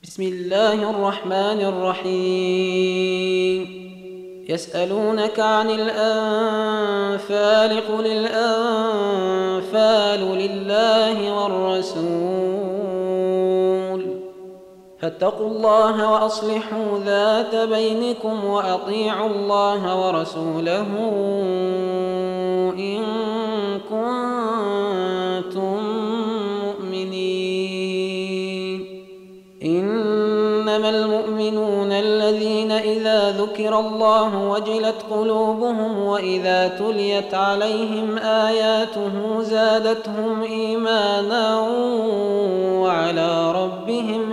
بسم الله الرحمن الرحيم. يسألونك عن الأنفال قل الأنفال لله والرسول فاتقوا الله وأصلحوا ذات بينكم وأطيعوا الله ورسوله إن كنتم مؤمنين. إنما المؤمنون الذين إذا ذكر الله وجلت قلوبهم وإذا تليت عليهم آياته زادتهم إيمانا وعلى ربهم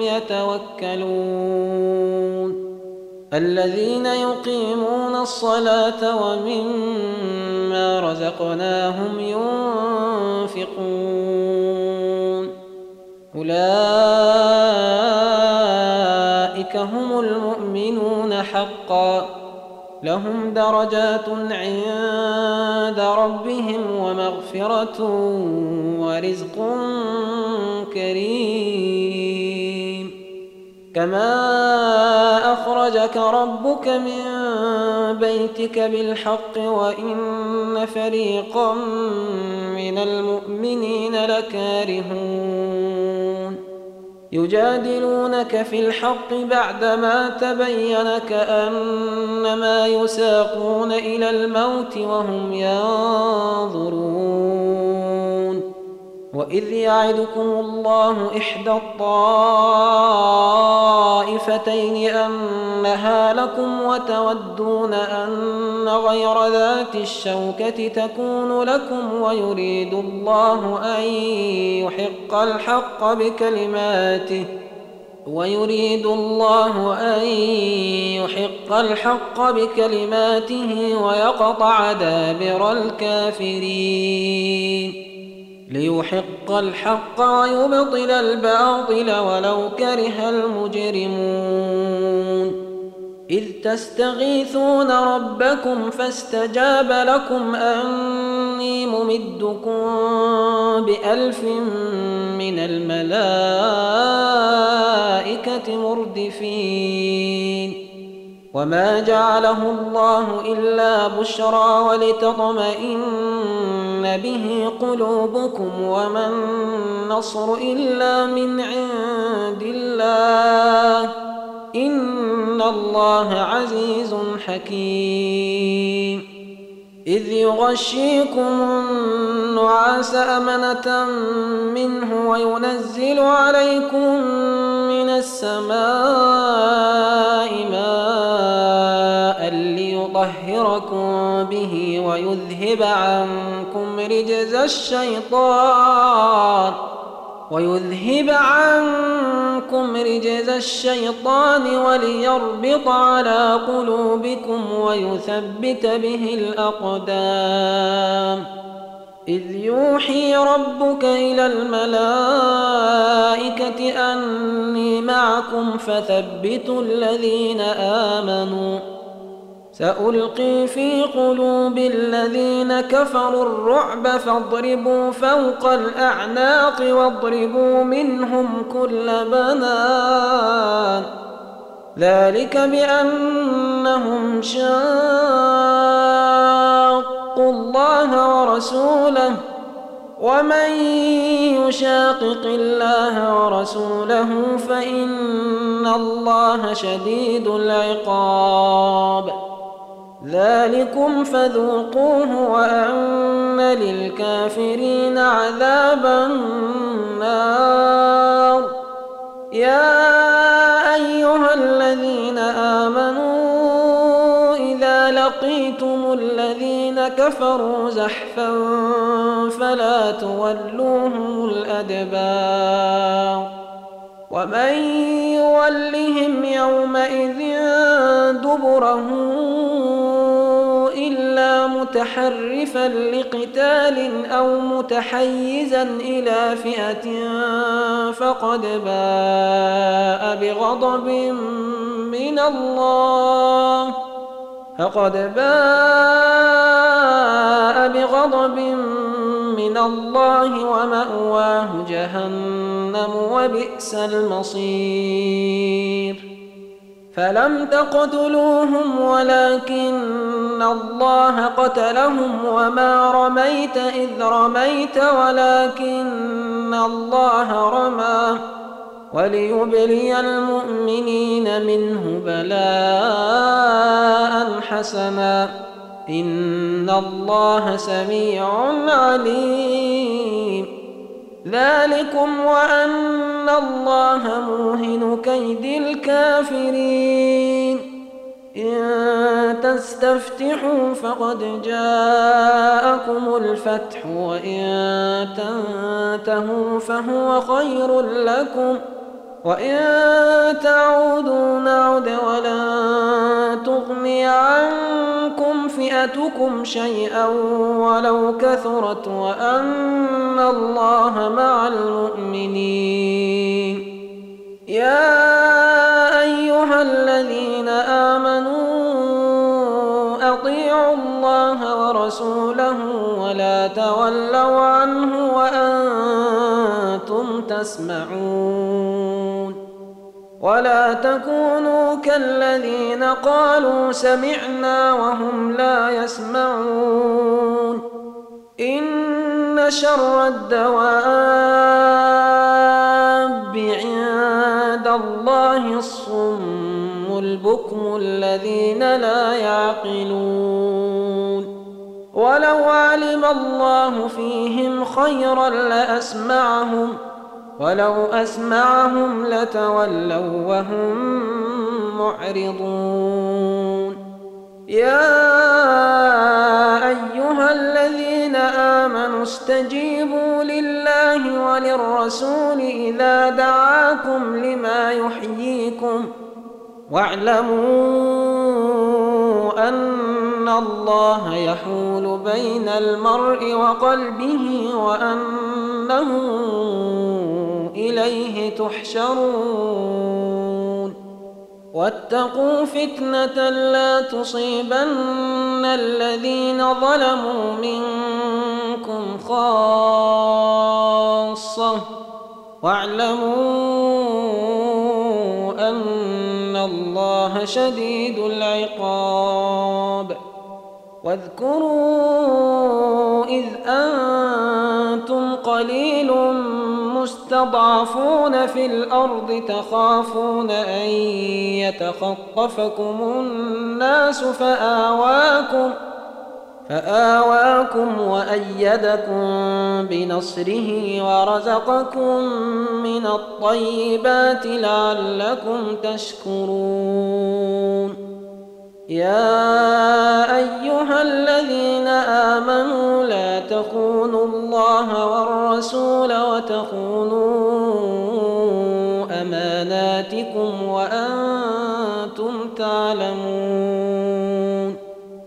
يتوكلون. الذين يقيمون الصلاة ومما رزقناهم ينفقون أولئك هم المؤمنون حقا لهم درجات عند ربهم ومغفرة ورزق كريم. كما أخرجك ربك من بيتك بالحق وإن فريقا من المؤمنين لكارهون يجادلونك في الحق بعدما تبين كأنما يساقون إلى الموت وهم ينظرون. وإذ يعدكم الله إحدى الطائفتين أنها لكم وتودون أن غير ذات الشوكة تكون لكم ويريد الله أن يحق الحق بكلماته ويقطع دابر الكافرين ليحق الحق ويبطل الباطل ولو كره المجرمون. إذ تستغيثون ربكم فاستجاب لكم أني ممدكم ب1000 من الملائكة مردفين. وما جعله الله إلا بشرى ولتطمئن به قلوبكم وما النصر إلا من عند الله إن الله عزيز حكيم. إذ يغشيكم النعاس أمنة منه وينزل عليكم من السماء ماء ليطهركم به ويذهب عنكم رجز الشيطان وليربط على قلوبكم ويثبت به الأقدام. إذ يوحي ربك إلى الملائكة أني معكم فثبتوا الذين آمنوا سألقي في قلوب الذين كفروا الرعب فاضربوا فوق الأعناق واضربوا منهم كل بنان ذلك بأنهم شاقوا الله ورسوله ومن يشاقق الله ورسوله فإن الله شديد العقاب. ذلكم فذوقوه وأن للكافرين عذاب النار. يا أيها الذين آمنوا إذا لقيتم الذين كفروا زحفا فلا تولوهم الأدبار ومن يولهم يومئذ دبره إلا متحرفا لقتال أو متحيزا إلى فئة فقد باء بغضب من الله ومأواه جهنم وبئس المصير. فلم تقتلوهم ولكن الله قتلهم وما رميت إذ رميت ولكن الله رمى وليبلي المؤمنين منه بلاء حسنا إن الله سميع عليم. ذلكم وأن الله موهن كيد الكافرين. إن تستفتحوا فقد جاءكم الفتح وإن تنتهوا فهو خير لكم وإن تعودوا نعد ولن تغني عنكم فئتكم شيئا ولو كثرت وأن الله مع المؤمنين. يا أيها الذين آمنوا أطيعوا الله ورسوله ولا تولوا عنه وأنتم تسمعون ولا تكونوا كالذين قالوا سمعنا وهم لا يسمعون. إن شر الدواب عند الله الصم البكم الذين لا يعقلون. ولو علم الله فيهم خيرا لأسمعهم ولو أسمعهم لتولوا وهم معرضون. يا أيها الذين آمنوا استجيبوا لله وللرسول إذا دعاكم لما يحييكم واعلموا أن الله يحول بين المرء وقلبه وأنه إليه تحشرون. واتقوا فتنة لا تصيبن الذين ظلموا منكم خاصة واعلموا أن الله شديد العقاب. واذكروا إذ أنتم قليل مستضعفون في الأرض تخافون أن يتخطفكم الناس فآواكم وأيدكم بنصره ورزقكم من الطيبات لعلكم تشكرون. يا أيها الذين آمنوا لا تخونوا الله والرسول وتخونوا أماناتكم وأنتم تعلمون.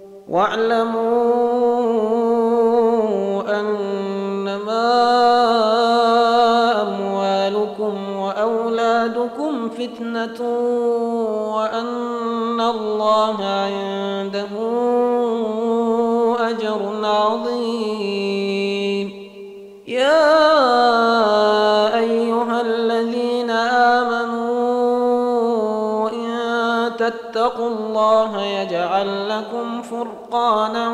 واعلموا أنما أموالكم وأولادكم فتنة وأن الله عنده أجر عظيم. يا أيها الذين آمنوا إن تتقوا الله يجعل لكم فرقانا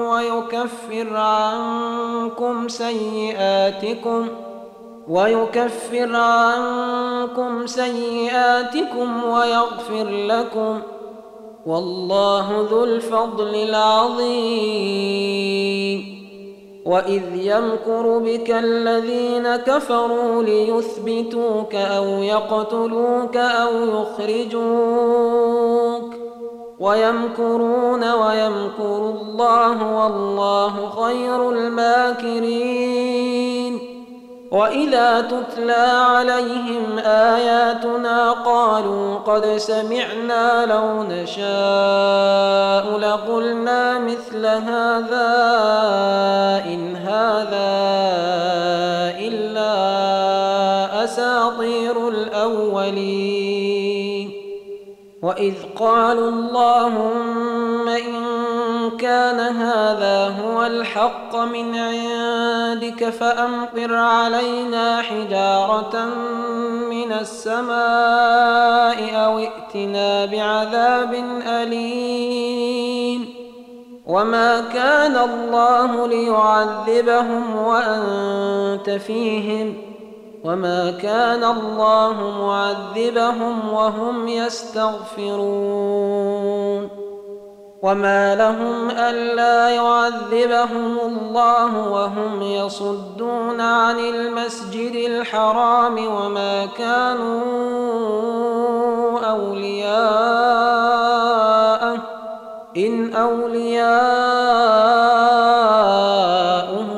ويكفر عنكم سيئاتكم ويغفر لكم والله ذو الفضل العظيم. وإذ يمكر بك الذين كفروا ليثبتوك أو يقتلوك أو يخرجوك ويمكرون ويمكر الله والله خير الماكرين. وإذا تتلى عليهم آياتنا قالوا قد سمعنا لو نشاء لقلنا مثل هذا إن هذا إلا أساطير الأولين. وإذ قالوا اللهم إن كان هذا هو الحق من عندك فأمطر علينا حجارة من السماء أو ائتنا بعذاب أليم وما كان الله ليعذبهم وأنت فيهم وما كان الله معذبهم وهم يستغفرون وما لهم ألا يعذبهم الله وهم يصدون عن المسجد الحرام وما كانوا أولياءه إن أولياؤه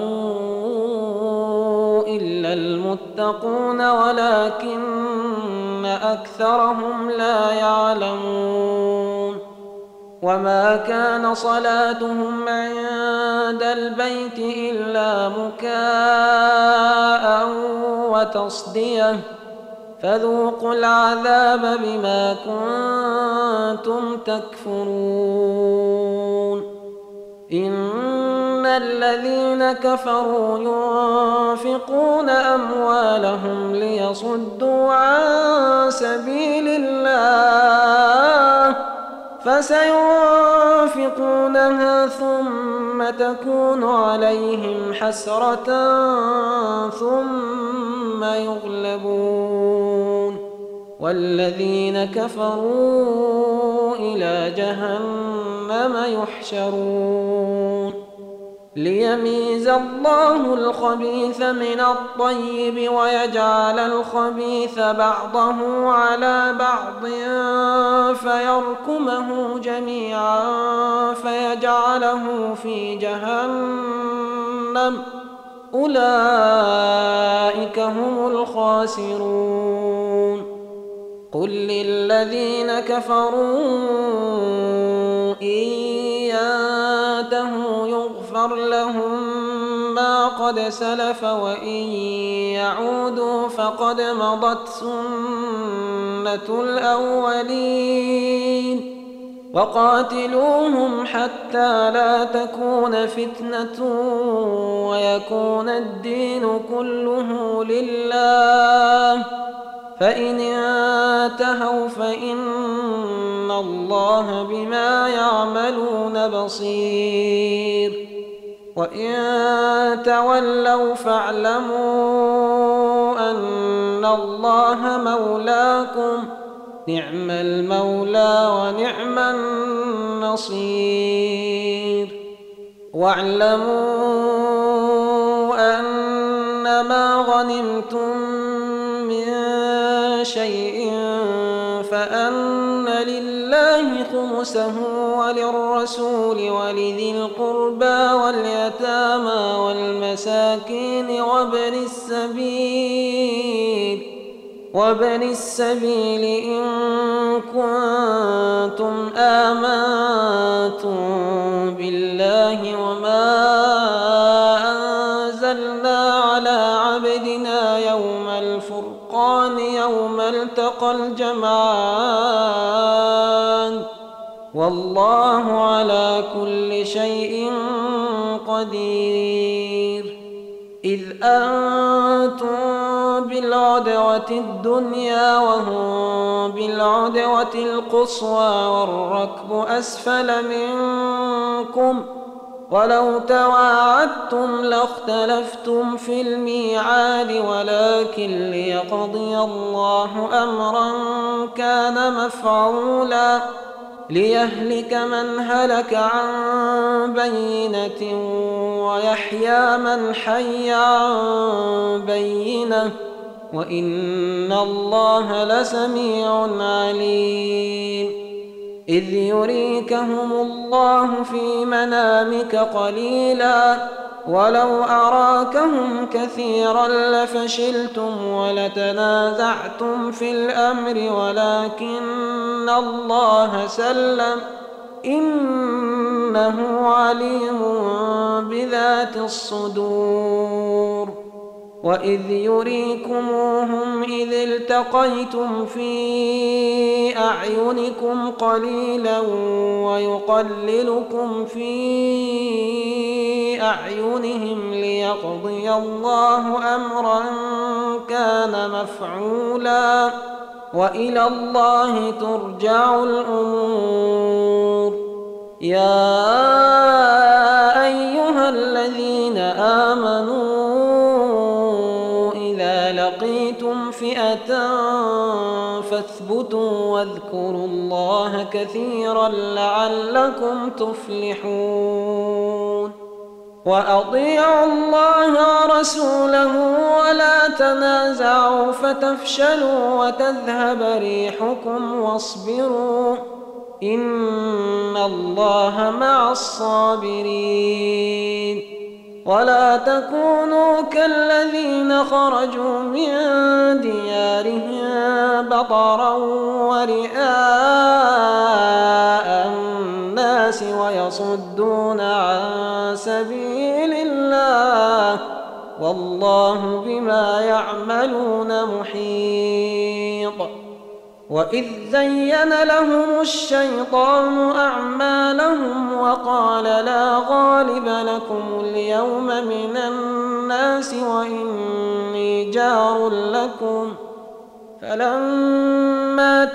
إلا المتقون ولكن أكثرهم لا يعلمون وما كان صلاتهم عند البيت إلا مكاء وتصدية فذوقوا العذاب بما كنتم تكفرون إن الذين كفروا ينفقون أموالهم ليصدوا عن سبيل الله فسينفقونها ثم تكون عليهم حسرة ثم يغلبون والذين كفروا إلى جهنم يحشرون ليميز الله الخبيث من الطيب ويجعل الخبيث بعضه على بعض فيركمه جميعا فيجعله في جهنم أولئك هم الخاسرون قل للذين كفروا إن ينتهوا يغفر لهم ما قد سلف وإن يعودوا فقد مضت سنة الأولين وقاتلوهم حتى لا تكون فتنة ويكون الدين كله لله فإن انتهوا فإن الله بما يعملون بصير وإن تولوا فاعلموا أن الله مولاكم نعم المولى ونعم النصير واعلموا أنما غنمتم من شيء فأن لله خمسه وللرسول ولذي القربى واليتامى والمساكين وابن السبيل إن كنتم آمنتم بالله وما أنزلنا على عبدنا يوم الفرقان يوم التقى الجمعان والله على كل شيء قدير إذ أنتم بالعدوة الدنيا وهم بالعدوة القصوى والركب أسفل منكم ولو تواعدتم لاختلفتم في الميعاد ولكن ليقضي الله أمرا كان مفعولا ليهلك من هلك عن بينة ويحيى من حي عن بينة وإن الله لسميع عليم إذ يريكهم الله في منامك قليلا ولو أراكهم كثيرا لفشلتم ولتنازعتم في الأمر ولكن الله سلم إنه عليم بذات الصدور وإذ يريكموهم إذ التقيتم في أعينكم قليلا ويقللكم في أعينهم ليقضي الله أمرا كان مفعولا وإلى الله ترجع الأمور. يا أيها الذين آمنوا إذا لقيتم فئة فاثبتوا واذكروا الله كثيرا لعلكم تفلحون. وأطيعوا الله ورسوله ولا تنازعوا فتفشلوا وتذهب ريحكم واصبروا إن الله مع الصابرين. ولا تكونوا كالذين خرجوا من ديارهم بطرا ورئاء الناس ويصدون عن سبيل الله والله بما يعملون محيط. وإذ زين لهم الشيطان أعمالهم وقال لا غالب لكم اليوم من الناس وإني جار لكم فلما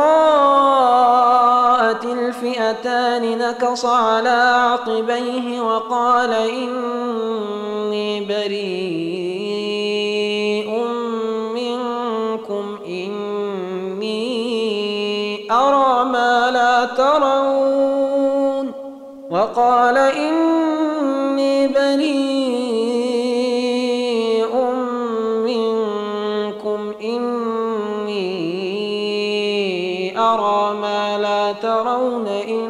تراءت الفئتان نكص على عقبيه وقال إني بريء منكم إني أرى ما لا ترون وقال إني بريء منكم إني أرى ما لا ترون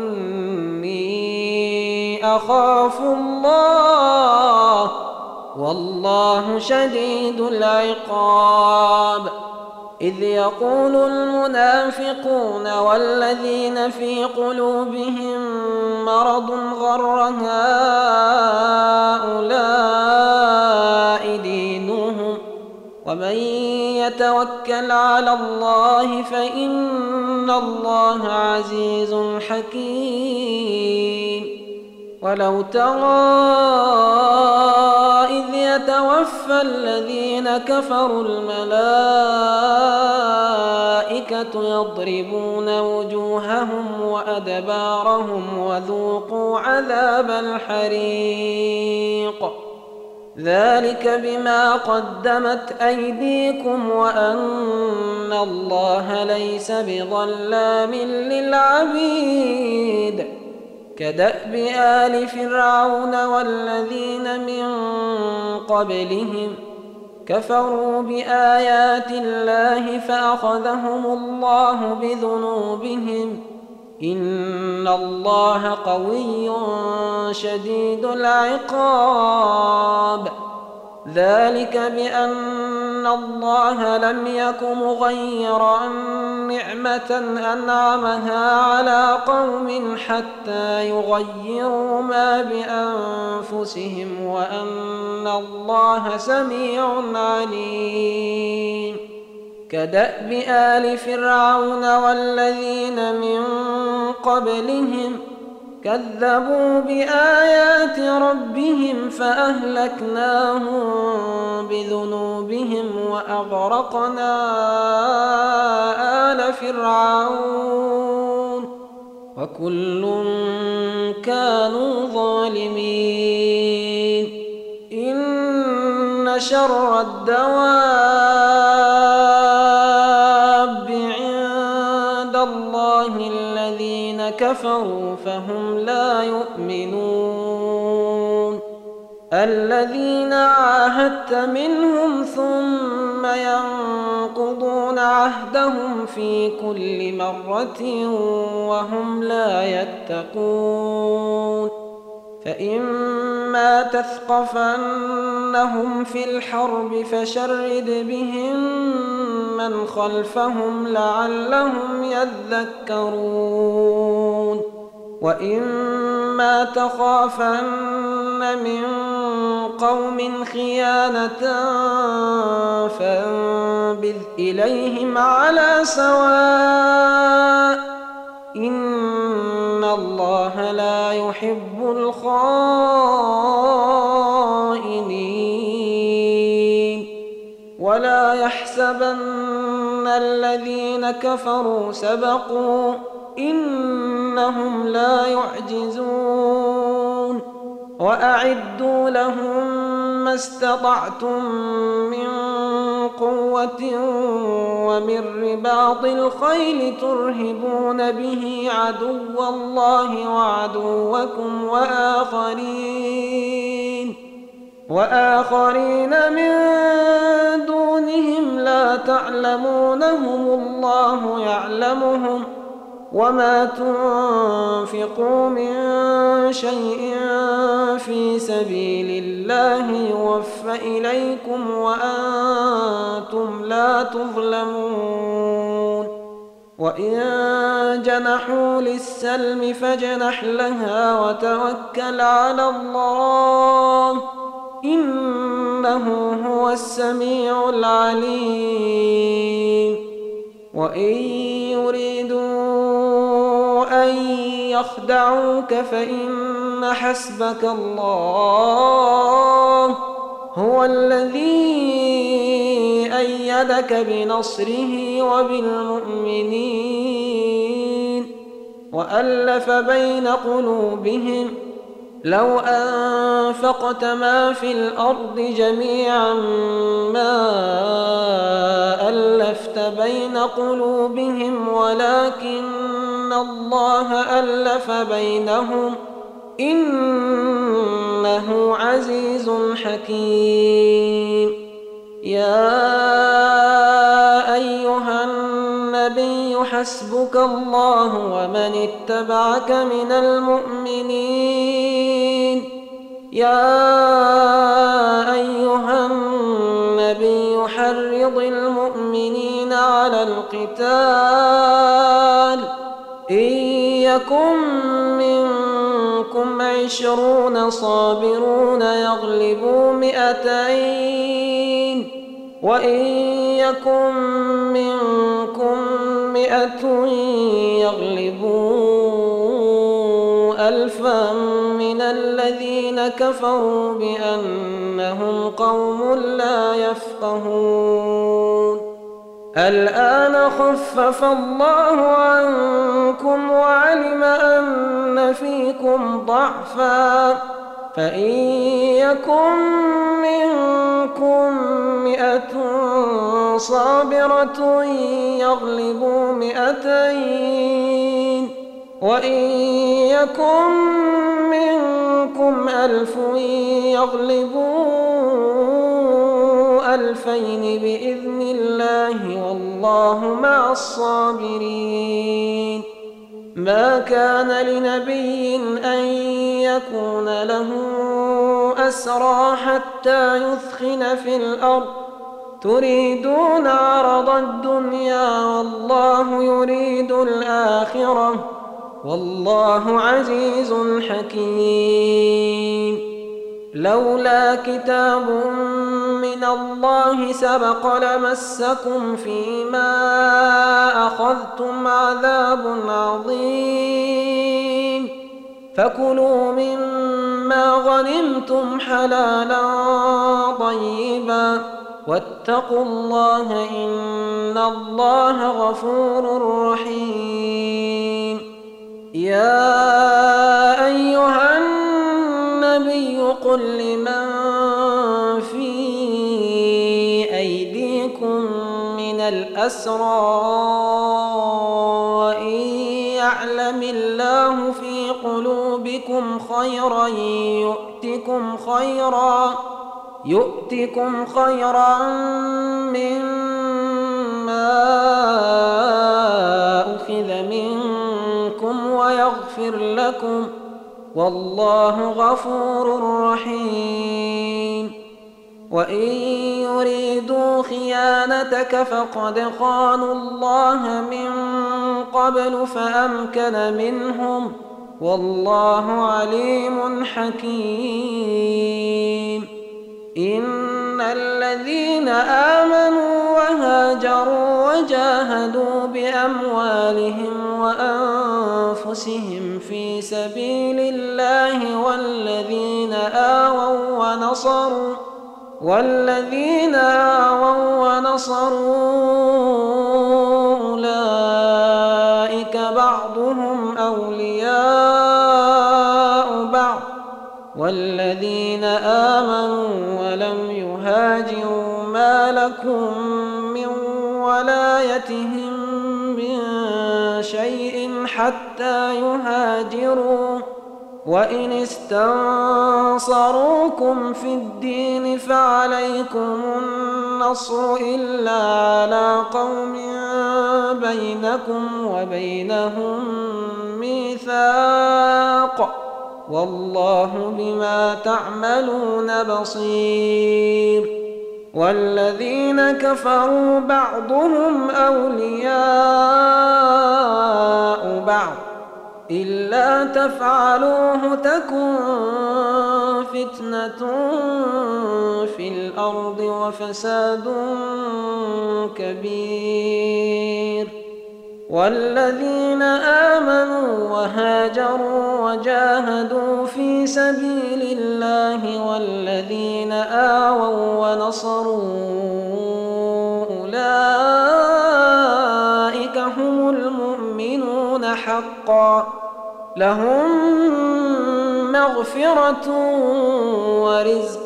إني أخاف الله والله شديد العقاب. إذ يقول المنافقون والذين في قلوبهم مرض غر هؤلاء دينهم ومن يتوكل على الله فإن الله عزيز حكيم. ولو ترى إذ يتوفى الذين كفروا الملائكة يضربون وجوههم وأدبارهم وذوقوا عذاب الحريق ذلك بما قدمت أيديكم وأن الله ليس بظلام للعبيد. كدأب آل فرعون والذين من قبلهم كفروا بآيات الله فأخذهم الله بذنوبهم إن الله قوي شديد العقاب. ذلك بأن الله لم يك مغيرا نعمة أنعمها على قوم حتى يغيروا ما بأنفسهم وأن الله سميع عليم. كدأب آل فرعون والذين من قبلهم كذبوا بآيات ربهم فأهلكناهم بذنوبهم وأغرقنا آل فرعون وكل كانوا ظالمين. إن شر الدواب عند الله الذين كفروا فهم لا يؤمنون. الذين عاهدت منهم ثم ينقضون عهدهم في كل مرة وهم لا يتقون. فإما تثقفنهم في الحرب فشرد بهم من خلفهم لعلهم يذكرون. وإما تخافن من قوم خيانة فانبذ إليهم على سواء إن الله لا يحب الخائنين. ولا يحسبن الذين كفروا سبقوا إنهم لا يعجزون وأعدوا لهم ما استطعتم من قوة ومن رباط الخيل ترهبون به عدو الله وعدوكم وآخرين من دونهم لا تعلمونهم الله يعلمهم وما تنفقوا من شيء في سبيل الله يوفى إليكم وأنتم لا تظلمون وإن جنحوا للسلم فاجنح لها وتوكل على الله إنه هو السميع العليم وإن يريدوا أن يخدعوك فإن حسبك الله هو الذي أيدك بنصره وبالمؤمنين وألف بين قلوبهم لو أنفقت ما في الأرض جميعا ما ألفت بين قلوبهم ولكن الله ألف بينهم إنه عزيز حكيم يا أيها النبي حسبك الله ومن اتبعك من المؤمنين يا أيها النبي حرض المؤمنين على القتال إن يكن منكم 20 صابرون يغلبوا 200 وإن يكن منكم 100 يغلبوا 1000 من الذين كفروا بأنهم قوم لا يفقهون الآن خفف الله عنكم وعلم أن فيكم ضعفا فإن يكن منكم 100 صابرة يغلبوا 200 وإن يكن منكم 1000 يغلبوا 2000 بإذن الله والله مع الصابرين ما كان لنبي أن يكون له أسرى حتى يثخن في الأرض تريدون عرض الدنيا والله يريد الآخرة والله عزيز حكيم لولا كتاب من الله سبق لمسكم فيما أخذتم عذاب عظيم فكلوا مما غنمتم حلالا طيبا واتقوا الله إن الله غفور رحيم يا أيها النبي قل لمن في أيديكم من الأسرى إن يعلم الله في قلوبكم خيرا يؤتكم خيرا مما أخذ منكم ويغفر لكم والله غفور رحيم وإن يريدوا خيانتك فقد خانوا الله من قبل فأمكن منهم والله عليم حكيم إن الذين آمنوا وهاجروا وجاهدوا بأموالهم وأنفسهم في سبيل الله والذين آووا ونصروا بعضهم أولياء بعض والذين آمنوا ولم يهاجروا ما لكم من ولايتهم من شيء حتى يهاجروا وإن استنصروكم في الدين فعليكم النصر إلا على قوم بينكم وبينهم ميثاق والله بما تعملون بصير والذين كفروا بعضهم أولياء بعض إلا تفعلوه تكن فتنة في الأرض وفساد كبير والذين آمنوا وهاجروا وجاهدوا في سبيل الله والذين آووا ونصروا أولئك هم المؤمنون حقا لهم مغفرة ورزق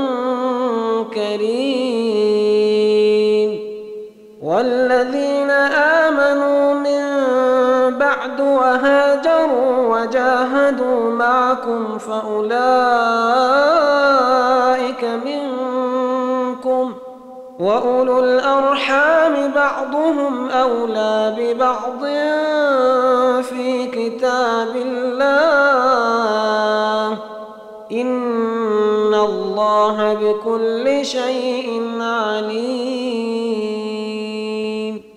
كريم والذين آمنوا من بعد وهاجروا وجاهدوا معكم فأولئك منكم وأولو الأرحام بعضهم أولى ببعض في كتاب الله إن الله بكل شيء عليم